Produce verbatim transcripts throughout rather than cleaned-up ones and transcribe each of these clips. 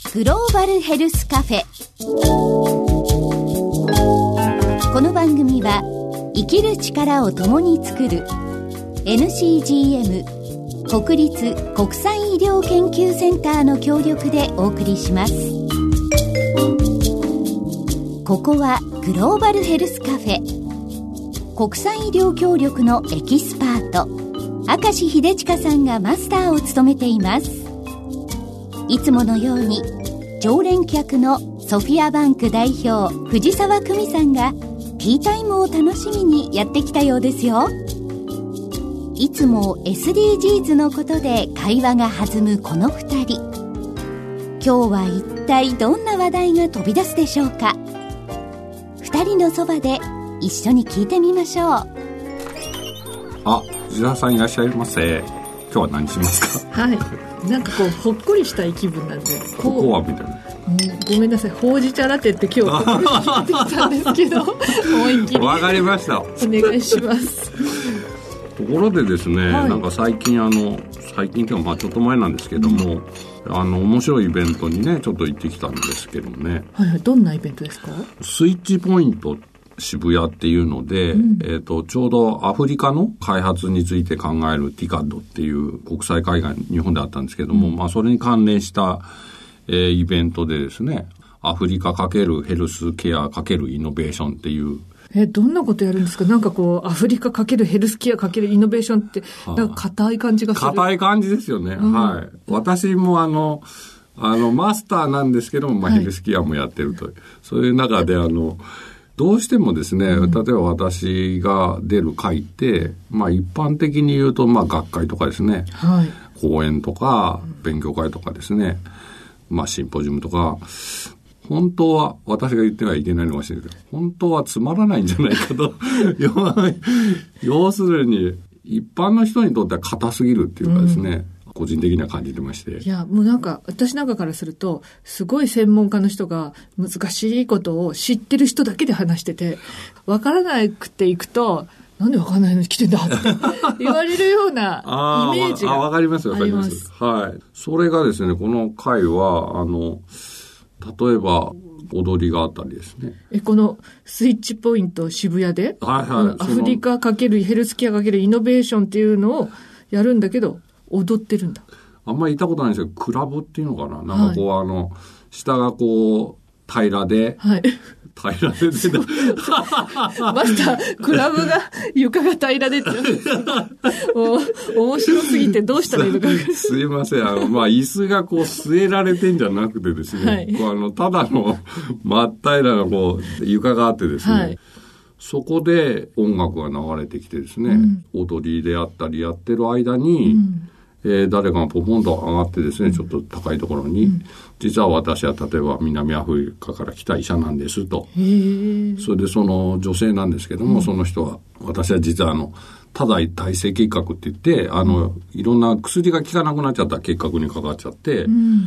グローバルヘルスカフェ。この番組は生きる力を共に作る エヌシージーエム 国立国際医療研究センターの協力でお送りします。ここはグローバルヘルスカフェ。国際医療協力のエキスパート明石秀親さんがマスターを務めています。いつものように常連客のソフィアバンク代表藤沢久美さんがティータイムを楽しみにやってきたようですよ。いつも エスディージーズ のことで会話が弾むこのふたり。今日は一体どんな話題が飛び出すでしょうか。ふたりのそばで一緒に聞いてみましょう。 あ、藤沢さんいらっしゃいませ。今日は何しますか？はい、 なんかこうほっこりしたい気分なんで、 ココアみたいな、 ごめんなさい、ほうじ茶ラテって今日ここに聞いてきたんですけど思いっきりわかりました、 お願いします。 ところでですね、 はい、 なんか最近あの最近というかまあちょっと前なんですけども、うん、あの面白いイベントにねちょっと行ってきたんですけどね、 はいはい、どんなイベントですか？ スイッチポイント渋谷っていうので、うんえーと、ちょうどアフリカの開発について考える ティカッド っていう国際会議が日本であったんですけども、うんまあ、それに関連した、えー、イベントでですね、アフリカ×ヘルスケア×イノベーションっていうえどんなことやるんですか？なんかこうアフリカ×ヘルスケア×イノベーションってなんか硬い感じがする。 硬い感じですよね、うん、はい。私もあのあのマスターなんですけども、まあ、ヘルスケアもやってるという、はい、そういう中であのどうしてもですね、うん、例えば私が出る会って、まあ一般的に言うと、まあ学会とかですね、はい、講演とか勉強会とかですね、まあシンポジウムとか、本当は私が言ってはいけないのかもしれないけど、本当はつまらないんじゃないかと要するに一般の人にとっては硬すぎるっていうかですね、うん個人的には感じてまして。 いや、もうなんか、私なんかからすると、すごい専門家の人が難しいことを知ってる人だけで話してて、わからなくていくと、なんでわからないのに来てんだって言われるようなイメージがあります。あ、 わかります、わかります。はい。それがですね、この会は、あの、例えば、踊りがあったりですね。 え、このスイッチポイント渋谷で、 はいはい。 アフリカ×ヘルスケア×イノベーションっていうのをやるんだけど、踊ってるんだ。 あんまり行ったことないんですけど、クラブっていうのかな、なんかこう、はい、あの下がこう平らで、はい、平らで出たマスタークラブが床が平らでってお面白すぎてどうしたらいいのかすいません、あのまあ椅子がこう据えられてんじゃなくてですね、はい、こうあのただの真っ平らなこう床があってですね、はい、そこで音楽が流れてきてですね、うん、踊りであったりやってる間に、うんえー、誰かがポポンと上がってですね、ちょっと高いところに、うん、実は私は例えば南アフリカから来た医者なんですと。それでその女性なんですけども、うん、その人は、私は実はあの、多大耐性結核って言って、あの、いろんな薬が効かなくなっちゃった結核にかかっちゃって、うん、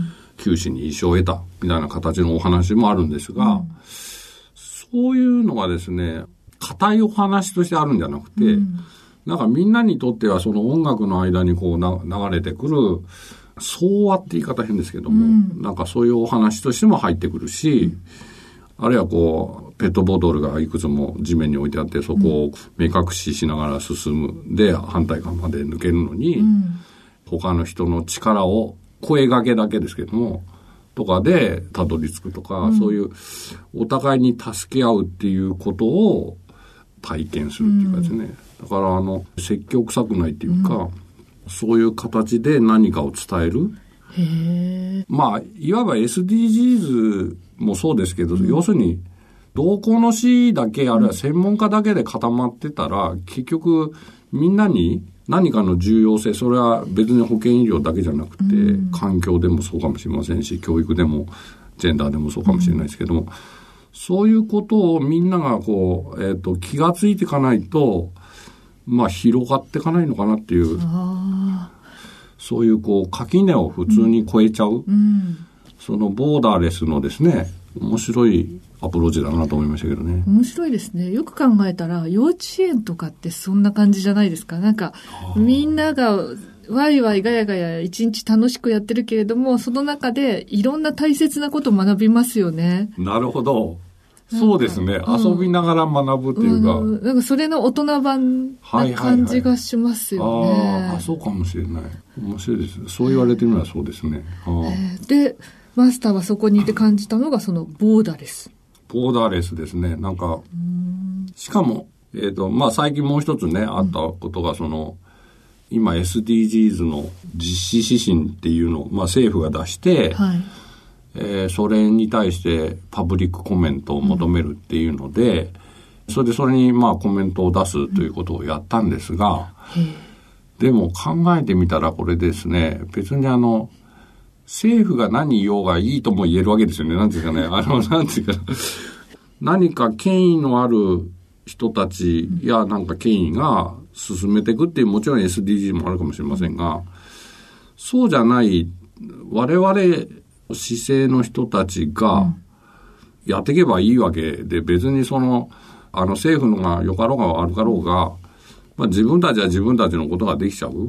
九死に一生を得たみたいな形のお話もあるんですが、うん、そういうのがですね、硬いお話としてあるんじゃなくて、うんなんかみんなにとってはその音楽の間にこうな流れてくる相和って言い方変ですけども、うん、なんかそういうお話としても入ってくるし、うん、あるいはこうペットボトルがいくつも地面に置いてあってそこを目隠ししながら進むで反対側まで抜けるのに、うん、他の人の力を声掛けだけですけどもとかでたどり着くとか、うん、そういうお互いに助け合うっていうことを体験するっていうかですね、うんだからあの説教臭くないっていうか、うん、そういう形で何かを伝える。へまあいわば エスディージーズ もそうですけど、うん、要するに同行の師だけあるいは専門家だけで固まってたら、うん、結局みんなに何かの重要性それは別に保健医療だけじゃなくて、うん、環境でもそうかもしれませんし教育でもジェンダーでもそうかもしれないですけども、うん、そういうことをみんながこう、えーと、気がついていかないとまあ広がっていかないのかなっていうあそういうこう垣根を普通に越えちゃう、うんうん、そのボーダーレスのですね面白いアプローチだなと思いましたけどね。 面白いですね。よく考えたら幼稚園とかってそんな感じじゃないですか。なんかみんながワイワイガヤガヤ一日楽しくやってるけれども、その中でいろんな大切なことを学びますよね。 なるほど。そうですね、うん、遊びながら学ぶっていうか、うん、 なんかそれの大人版な感じがしますよね。 はいはいはい、ああ、そうかもしれない。面白いです。そう言われてみればそうですね。 えーえー、でマスターはそこにいて感じたのがそのボーダレス。 ボーダーレスですね。なんか、うんしかも、えーとまあ、最近もう一つね、あったことが、その、うん、今 エスディージーズ の実施指針っていうのを、まあ、政府が出して、はいえー、それに対してパブリックコメントを求めるっていうので、うん、それでそれにまあコメントを出すということをやったんですが、うん、でも考えてみたらこれですね、別にあの、政府が何言おうがいいとも言えるわけですよね。なんていうかね、あの、なんていうか、何か権威のある人たちやなんか権威が進めていくっていう、もちろん エスディージー もあるかもしれませんが、そうじゃない我々市政の人たちがやっていけばいいわけで、別にそのあの政府のがよかろうが悪かろうが、まあ、自分たちは自分たちのことができちゃう、うん、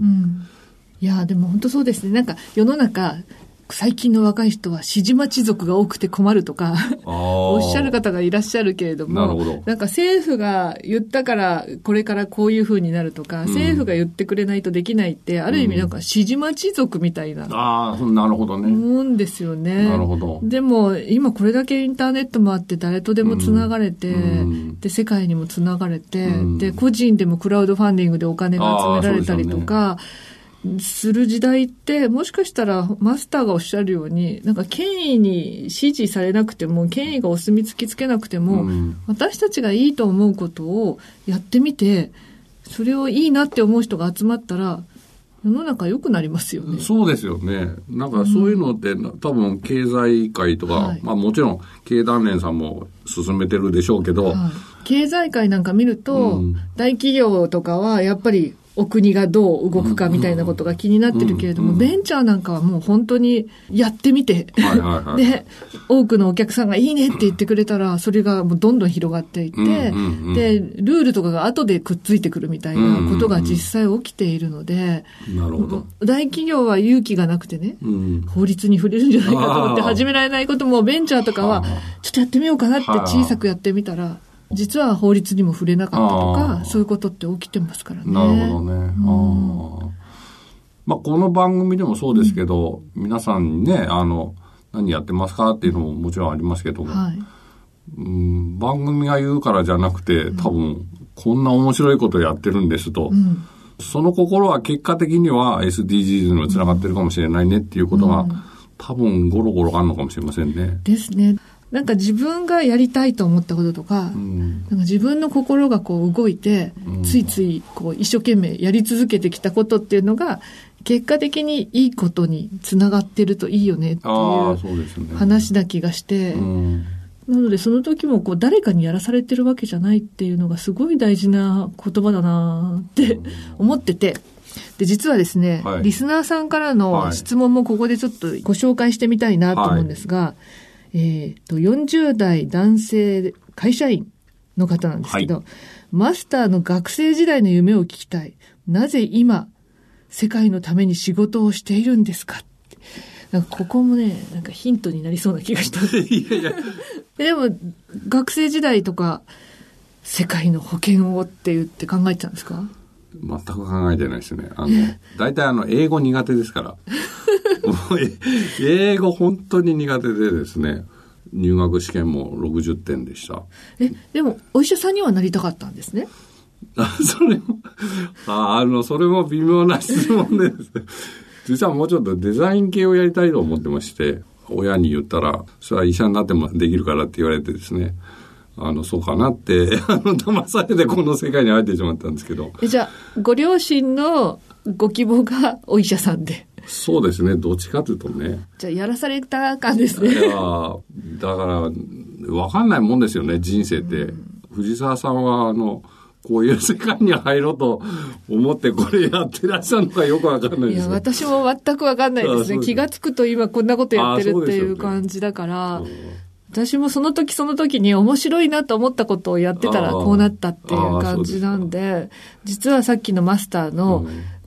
いやでも本当そうですね。なんか世の中最近の若い人は指示待ち族が多くて困るとかおっしゃる方がいらっしゃるけれども、 なるほど。 なんか政府が言ったからこれからこういう風になるとか、うん、政府が言ってくれないとできないって、ある意味なんか指示待ち族みたいな、 うん、ああ、なるほどね。 思うんですよね。 なるほど。 でも今これだけインターネットもあって誰とでもつながれて、うん、で世界にもつながれて、うん、で個人でもクラウドファンディングでお金が集められたりとかする時代って、もしかしたらマスターがおっしゃるように、なんか権威に支持されなくても、権威がお墨付きつけなくても、うん、私たちがいいと思うことをやってみて、それをいいなって思う人が集まったら世の中良くなりますよね。 そうですよね。なんかそういうのって、うん、多分経済界とか、はい、まあもちろん経団連さんも進めてるでしょうけど、はい、 経済界なんか見ると、うん、大企業とかはやっぱりお国がどう動くかみたいなことが気になってるけれども、うんうん、ベンチャーなんかはもう本当にやってみて、はいはいはい、で多くのお客さんがいいねって言ってくれたら、それがもうどんどん広がっていって、うんうんうん、でルールとかが後でくっついてくるみたいなことが実際起きているので、 うんうんうん、なるほど。 大企業は勇気がなくてね、うん、法律に触れるんじゃないかと思って始められないことも、ベンチャーとかはちょっとやってみようかなって小さくやってみたら、実は法律にも触れなかったとか、そういうことって起きてますからね。 なるほどね。うん、あまあ、この番組でもそうですけど、うん、皆さんにね、あの何やってますかっていうのももちろんありますけども、はい、うん、番組が言うからじゃなくて、多分こんな面白いことやってるんですと、うん、その心は結果的には エスディージーズ にもつながってるかもしれないねっていうことが、うん、多分ゴロゴロあるのかもしれませんね。 ですね。なんか自分がやりたいと思ったこととか、うん、なんか自分の心がこう動いて、うん、ついついこう一生懸命やり続けてきたことっていうのが結果的にいいことにつながってるといいよねっていう話な気がして、うん、なのでその時もこう誰かにやらされてるわけじゃないっていうのがすごい大事な言葉だなって思ってて、で実はですね、はい、リスナーさんからの質問もここでちょっとご紹介してみたいなと思うんですが、はい、えー、とよんじゅう代男性会社員の方なんですけど、はい、マスターの学生時代の夢を聞きたい。なぜ今世界のために仕事をしているんですかって。なんかここもね、なんかヒントになりそうな気がしたいやいやでも学生時代とか世界の保険をって言って考えてたんですか？ 全く考えてないですね。あの大体あの英語苦手ですからもう英語本当に苦手でですね、入学試験もろくじゅってんでした。 えでもお医者さんにはなりたかったんですね。 あそれもああのそれも微妙な質問でですね実はもうちょっとデザイン系をやりたいと思ってまして、親に言ったらそれは医者になってもできるからって言われてですね、あのそうかなってあの騙されてこの世界に入ってしまったんですけど。 えじゃあご両親のご希望がお医者さんで。 そうですね、どっちかというとね。 じゃあやらされた感ですね。 いやだから分かんないもんですよね、人生って。うん、藤沢さんはあのこういう世界に入ろうと思ってこれやってらっしゃるのかよく分かんないですね。いや私も全く分かんないですね。気がつくと今こんなことやってるっていう感じだから、ね、私もその時その時に面白いなと思ったことをやってたらこうなったっていう感じなんで、実はさっきのマスターの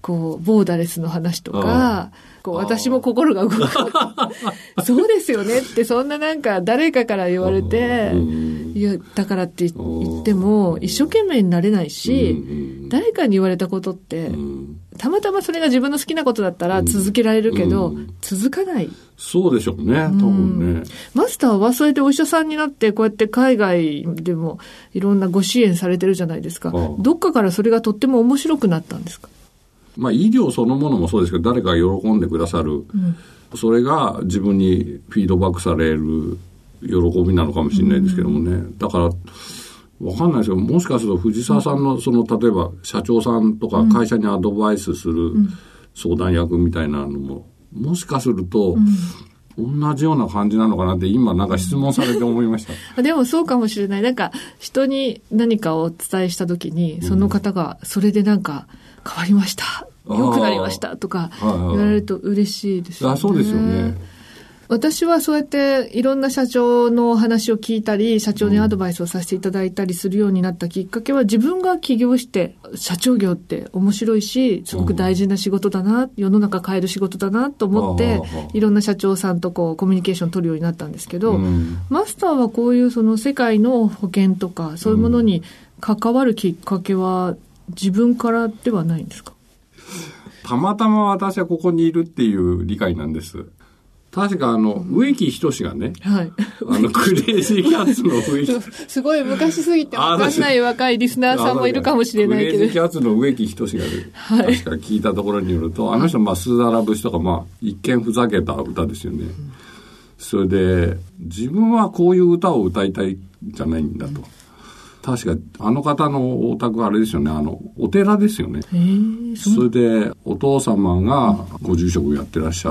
こうボーダレスの話とか、こう私も心が動くそうですよねってそんななんか誰かから言われて、いやだからって言っても一生懸命になれないし、誰かに言われたことってたまたまそれが自分の好きなことだったら続けられるけど、続かない。 そうでしょうね、多分ね。 マスターはそうやってお医者さんになってこうやって海外でもいろんなご支援されてるじゃないですか。どっかからそれがとっても面白くなったんですか？ まあ、医療そのものもそうですけど、誰かが喜んでくださる、うん、それが自分にフィードバックされる喜びなのかもしれないですけどもね、うん、だからわかんないですけど、もしかすると藤沢さんのその例えば社長さんとか会社にアドバイスする相談役みたいなのももしかすると、うん、同じような感じなのかなって今なんか質問されて思いましたでもそうかもしれない。なんか人に何かをお伝えした時にその方がそれでなんか変わりました、良くなりましたとか言われると嬉しいですよね。 あ、そうですよね。 私はそうやっていろんな社長の話を聞いたり社長にアドバイスをさせていただいたりするようになったきっかけは、自分が起業して社長業って面白いしすごく大事な仕事だな、世の中変える仕事だなと思っていろんな社長さんとこうコミュニケーション取るようになったんですけど、マスターはこういうその世界の保険とかそういうものに関わるきっかけは自分からではないんですか？ たまたま私はここにいるっていう理解なんです。確かあの、植木仁がね、はい、あのクレイジーキャッツの植木すごい昔すぎて分かんない若いリスナーさんもいるかもしれないけど、 クレイジーキャッツの植木仁が、ね、はい、確か聞いたところによると、あの人まあスーダラ節とかまあ一見ふざけた歌ですよね、うん、それで自分はこういう歌を歌いたいんじゃないんだと、うん、確かあの方のお宅はあれですよね、あのお寺ですよね。それでお父様がご住職やってらっしゃって、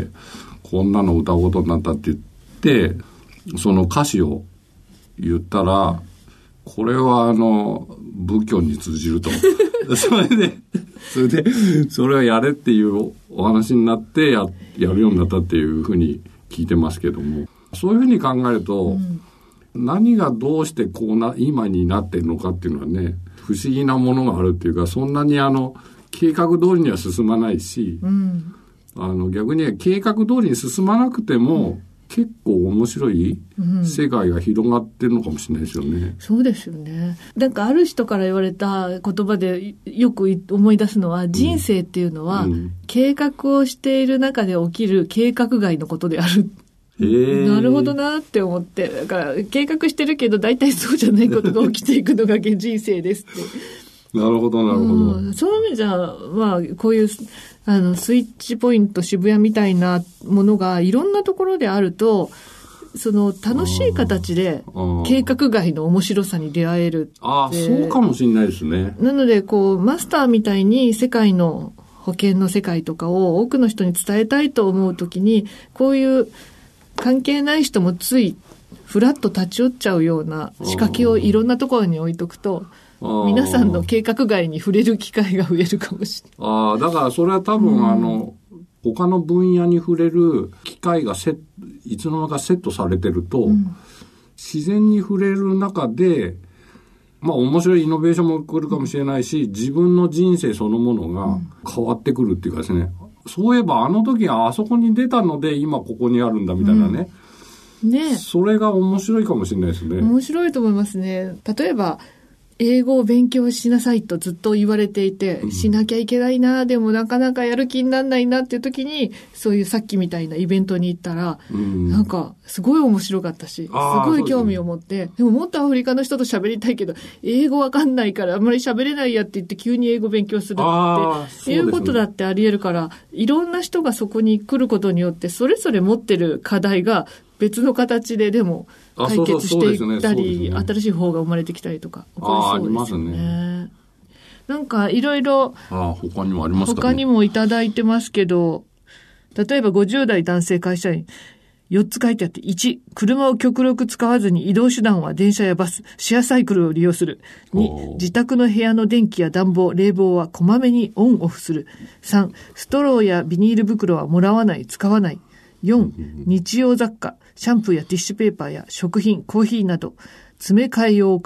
こんなの歌うことになったって言ってその歌詞を言ったら、これはあの仏教に通じるとそれでそれでそれをやれっていうお話になってや、やるようになったっていうふうに聞いてますけども、そういうふうに考えると、うん、何がどうしてこうな今になってるのかっていうのはね、不思議なものがあるっていうか、そんなにあの計画通りには進まないし、うん、あの逆に計画通りに進まなくても、うん、結構面白い世界が広がってるのかもしれないですよね、うん、 そうですよね。なんかある人から言われた言葉でよく思い出すのは、人生っていうのは、うん、計画をしている中で起きる計画外のことである。えー、なるほどなって思って、だから計画してるけど大体そうじゃないことが起きていくのが人生ですってなるほどなるほど、うん、 そういう意味じゃ、まあ、こういうあのスイッチポイント渋谷みたいなものがいろんなところであると、その楽しい形で計画外の面白さに出会えるって。 ああ、そうかもしれないですね。 なのでこうマスターみたいに世界の保険の世界とかを多くの人に伝えたいと思うときに、こういう関係ない人もついフラッと立ち寄っちゃうような仕掛けをいろんなところに置いとくと、皆さんの計画外に触れる機会が増えるかもしれない。 ああ、だからそれは多分、うん、あの他の分野に触れる機会がセいつの間にかセットされてると、うん、自然に触れる中で、まあ面白いイノベーションも起こるかもしれないし、自分の人生そのものが変わってくるっていうかですね、そういえばあの時あそこに出たので今ここにあるんだみたいなね、うん、ね、それが面白いかもしれないですね。 面白いと思いますね。例えば英語を勉強しなさいとずっと言われていて、うん、しなきゃいけないな、でもなかなかやる気にならないなっていう時に、そういうさっきみたいなイベントに行ったら、うん、なんかすごい面白かったし、すごい興味を持って、でね、でももっとアフリカの人と喋りたいけど英語わかんないからあんまり喋れないやって言って急に英語勉強するっていうことだってあり得るから、いろんな人がそこに来ることによってそれぞれ持ってる課題が別の形ででも解決していったり、新しい方が生まれてきたりとか起こりそうですよね。あ、ありますね。なんかいろいろ他にもありますかね。 他にもいただいてますけど、例えばごじゅう代男性会社員よっつ書いてあって、いち、車を極力使わずに移動手段は電車やバス、シェアサイクルを利用する。に、自宅の部屋の電気や暖房、冷房はこまめにオンオフする。さん、ストローやビニール袋はもらわない、使わない。よん、日用雑貨、シャンプーやティッシュペーパーや食品、コーヒーなど、詰め替え用を買う。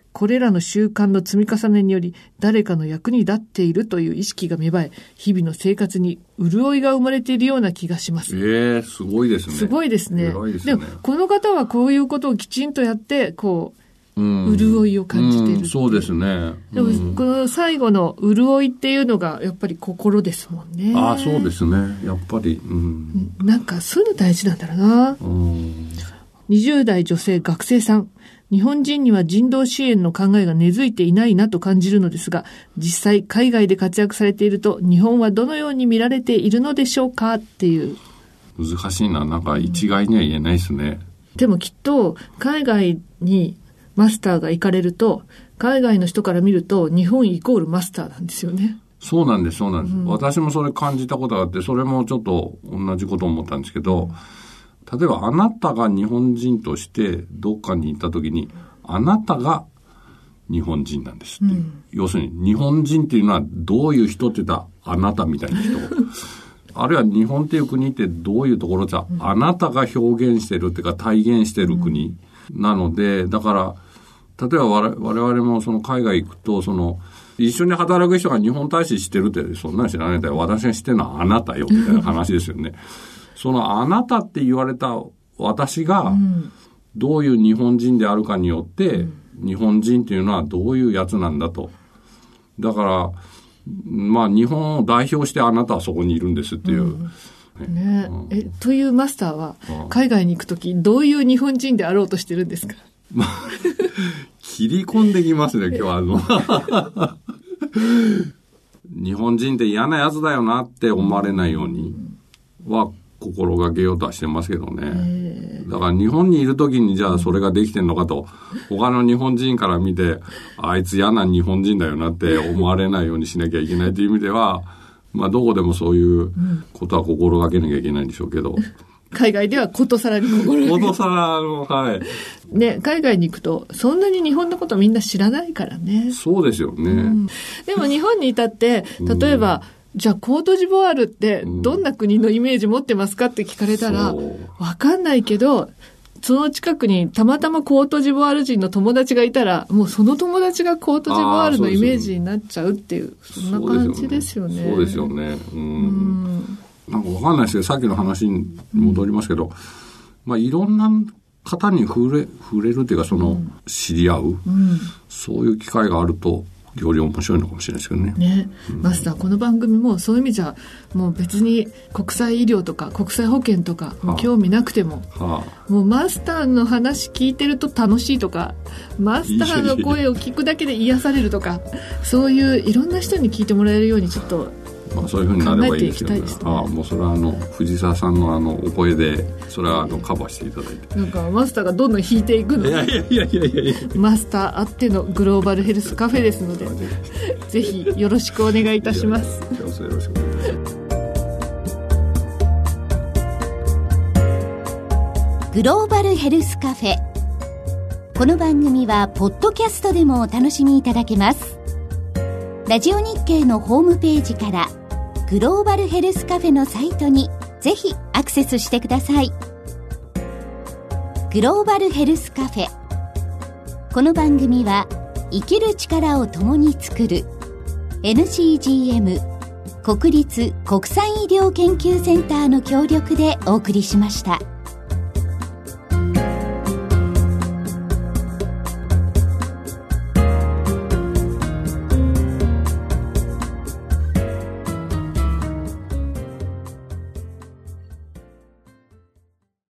これらの習慣の積み重ねにより誰かの役に立っているという意識が芽生え、日々の生活に潤いが生まれているような気がします。 えー、すごいですね。 すごいですね。 偉いですね。 でもこの方はこういうことをきちんとやってこう、うん、潤いを感じているっていう。 そうですね。 でも、うん、この最後の潤いっていうのがやっぱり心ですもんね。 ああ、そうですね。やっぱり、うん、 なんかそういうの大事なんだろうな。うん、にじゅう代女性学生さん。日本人には人道支援の考えが根付いていないなと感じるのですが、実際海外で活躍されていると日本はどのように見られているのでしょうかっていう。 難しいな。なんか一概には言えないですね。 でもきっと海外にマスターが行かれると、海外の人から見ると日本イコールマスターなんですよね。 そうなんです、そうなんです。うん、私もそれ感じたことがあって、それもちょっと同じことを思ったんですけど、例えばあなたが日本人としてどっかに行った時に、あなたが日本人なんですっていう、うん、要するに日本人っていうのはどういう人って言ったらあなたみたいな人あるいは日本っていう国ってどういうところじゃ、うん、あなたが表現してるっていうか体現してる国なので、だから例えば我々もその海外行くと、その一緒に働く人が日本大使してるってそんなの知らないんだよ、私が知ってるのはあなたよみたいな話ですよねそのあなたって言われた私がどういう日本人であるかによって、うん、日本人っていうのはどういうやつなんだと。だからまあ日本を代表してあなたはそこにいるんですっていう、うんねうん、えというマスターは海外に行くときどういう日本人であろうとしてるんですか？ 切り込んできますね今日はあの日本人って嫌なやつだよなって思われないようには心がけようとはしてますけどね。だから日本にいるときにじゃあそれができてんのかと、他の日本人から見てあいつ嫌な日本人だよなって思われないようにしなきゃいけないという意味では、まあどこでもそういうことは心がけなきゃいけないんでしょうけど、 海外ではことさらに心がけことさらのはいね、海外に行くとそんなに日本のことみんな知らないからね。 そうですよね、うん、 でも日本にいたって例えば、うんじゃあコートジボワールってどんな国のイメージ持ってますかって聞かれたら、わかんないけど、その近くにたまたまコートジボワール人の友達がいたら、もうその友達がコートジボワールのイメージになっちゃうっていう、そんな感じですよね。 そうですよね。うん。なんかわかんないですけど、さっきの話に戻りますけど、うん、まあいろんな方に触れ、触れるっていうか、その知り合う、うん、そういう機会があると、より面白いのかもしれないですけどね。 ね、うん、マスターこの番組もそういう意味じゃもう別に国際医療とか国際保険とかも興味なくても、はあ、もうマスターの話聞いてると楽しいとか、マスターの声を聞くだけで癒されるとか、そういういろんな人に聞いてもらえるようにちょっとまあ、そういうふうになればいいですよね。ああ、もうそれはあの藤沢さんのあのお声でそれはあのカバーしていただいて、 なんかマスターがどんどん弾いていくの。 いやいやいやいやいやマスターあってのグローバルヘルスカフェですのでぜひよろしくお願いいたします。 よろしくお願いします。 グローバルヘルスカフェ、この番組はポッドキャストでもお楽しみいただけます。ラジオ日経のホームページからグローバルヘルスカフェのサイトにぜひアクセスしてください。グローバルヘルスカフェ、この番組は生きる力を共に作る エヌシージーエム 国立国際医療研究センターの協力でお送りしました。